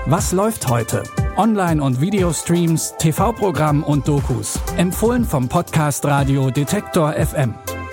Was läuft heute? Online- und Videostreams, TV-Programm und Dokus. Empfohlen vom Podcast Radio Detektor FM.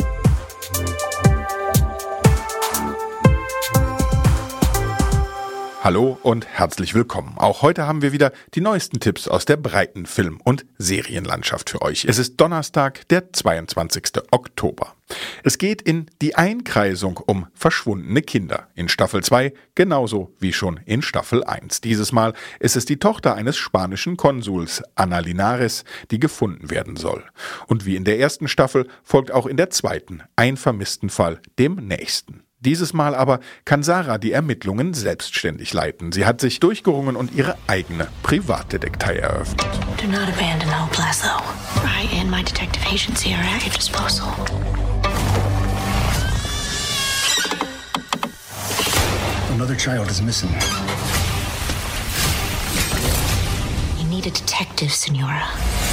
Hallo und herzlich willkommen. Auch heute haben wir wieder die neuesten Tipps aus der breiten Film- und Serienlandschaft für euch. Es ist Donnerstag, der 22. Oktober. Es geht in Die Einkreisung um verschwundene Kinder in Staffel 2, genauso wie schon in Staffel 1. Dieses Mal ist es die Tochter eines spanischen Konsuls, Ana Linares, die gefunden werden soll. Und wie in der ersten Staffel folgt auch in der zweiten ein vermissten Fall dem nächsten. Dieses Mal aber kann Sarah die Ermittlungen selbstständig leiten. Sie hat sich durchgerungen und ihre eigene Privatdetektei eröffnet. Do not abandon hope, Laszlo. I and my detective agency are at your disposal. Another child is missing. You need a detective, Senora.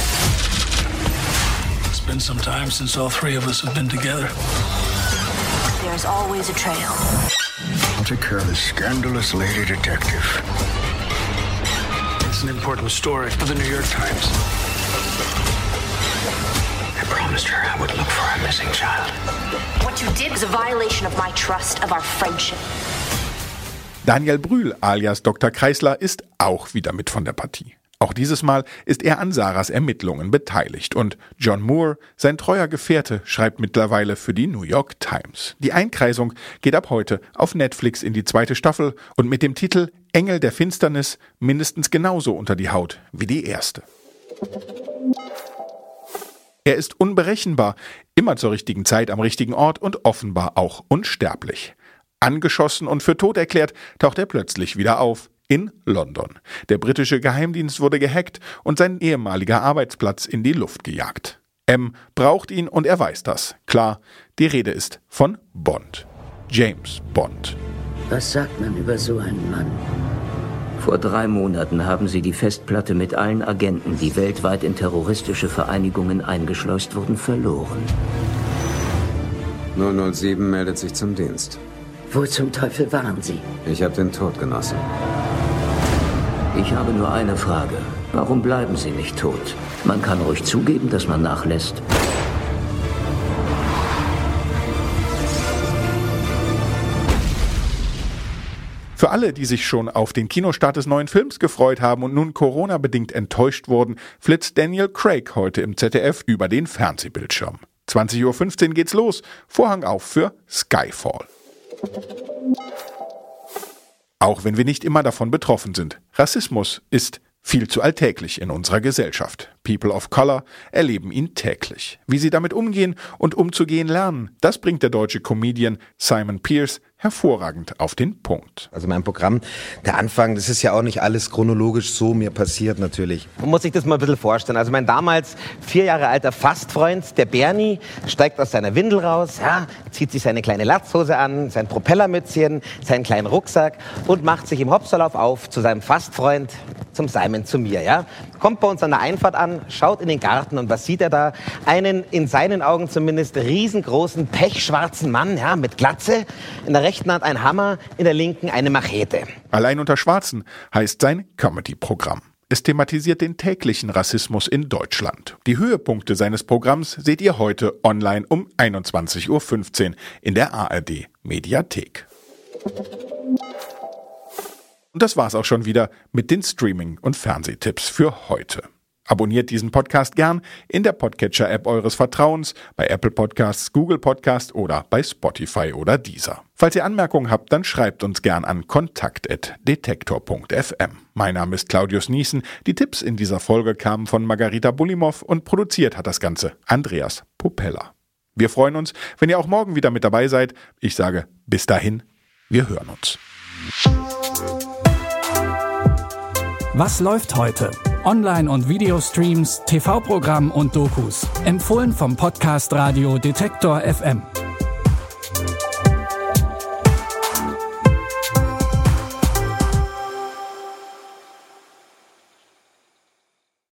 It's been some time since all three of us have been together. There's always a trail. I'll take care of this scandalous lady detective. It's an important story for the New York Times. I promised her I would look for a missing child. What you did was a violation of my trust, of our friendship. Daniel Brühl alias Dr. Kreisler ist auch wieder mit von der Partie. Auch dieses Mal ist er an Sarahs Ermittlungen beteiligt und John Moore, sein treuer Gefährte, schreibt mittlerweile für die New York Times. Die Einkreisung geht ab heute auf Netflix in die zweite Staffel und mit dem Titel Engel der Finsternis mindestens genauso unter die Haut wie die erste. Er ist unberechenbar, immer zur richtigen Zeit am richtigen Ort und offenbar auch unsterblich. Angeschossen und für tot erklärt, taucht er plötzlich wieder auf. In London. Der britische Geheimdienst wurde gehackt und sein ehemaliger Arbeitsplatz in die Luft gejagt. M braucht ihn und er weiß das. Klar, die Rede ist von Bond. James Bond. Was sagt man über so einen Mann? Vor 3 Monaten haben sie die Festplatte mit allen Agenten, die weltweit in terroristische Vereinigungen eingeschleust wurden, verloren. 007 meldet sich zum Dienst. Wo zum Teufel waren Sie? Ich habe den Tod genossen. Ich habe nur eine Frage. Warum bleiben Sie nicht tot? Man kann ruhig zugeben, dass man nachlässt. Für alle, die sich schon auf den Kinostart des neuen Films gefreut haben und nun Corona-bedingt enttäuscht wurden, flitzt Daniel Craig heute im ZDF über den Fernsehbildschirm. 20:15 Uhr geht's los. Vorhang auf für Skyfall. Auch wenn wir nicht immer davon betroffen sind. Rassismus ist viel zu alltäglich in unserer Gesellschaft. People of Color erleben ihn täglich. Wie sie damit umgehen und umzugehen lernen, das bringt der deutsche Comedian Simon Pearce hervorragend auf den Punkt. Also mein Programm, der Anfang, das ist ja auch nicht alles chronologisch so mir passiert natürlich. Man muss sich das mal ein bisschen vorstellen. Also mein damals 4 Jahre alter Fastfreund, der Bernie, steigt aus seiner Windel raus, ja, zieht sich seine kleine Latzhose an, sein Propellermützchen, seinen kleinen Rucksack und macht sich im Hopserlauf auf zu seinem Fastfreund, zum Simon, zu mir. Ja. Kommt bei uns an der Einfahrt an, schaut in den Garten und was sieht er da? Einen, in seinen Augen zumindest, riesengroßen, pechschwarzen Mann, ja, mit Glatze, in der rechten Hand ein Hammer, in der linken eine Machete. Allein unter Schwarzen heißt sein Comedy-Programm. Es thematisiert den täglichen Rassismus in Deutschland. Die Höhepunkte seines Programms seht ihr heute online um 21:15 Uhr in der ARD Mediathek. Und das war's auch schon wieder mit den Streaming- und Fernsehtipps für heute. Abonniert diesen Podcast gern in der Podcatcher-App eures Vertrauens, bei Apple Podcasts, Google Podcasts oder bei Spotify oder Deezer. Falls ihr Anmerkungen habt, dann schreibt uns gern an kontakt@detektor.fm. Mein Name ist Claudius Niesen. Die Tipps in dieser Folge kamen von Margarita Bulimov und produziert hat das Ganze Andreas Popella. Wir freuen uns, wenn ihr auch morgen wieder mit dabei seid. Ich sage bis dahin, wir hören uns. Was läuft heute? Online- und Videostreams, TV-Programm und Dokus. Empfohlen vom Podcast Radio Detektor FM.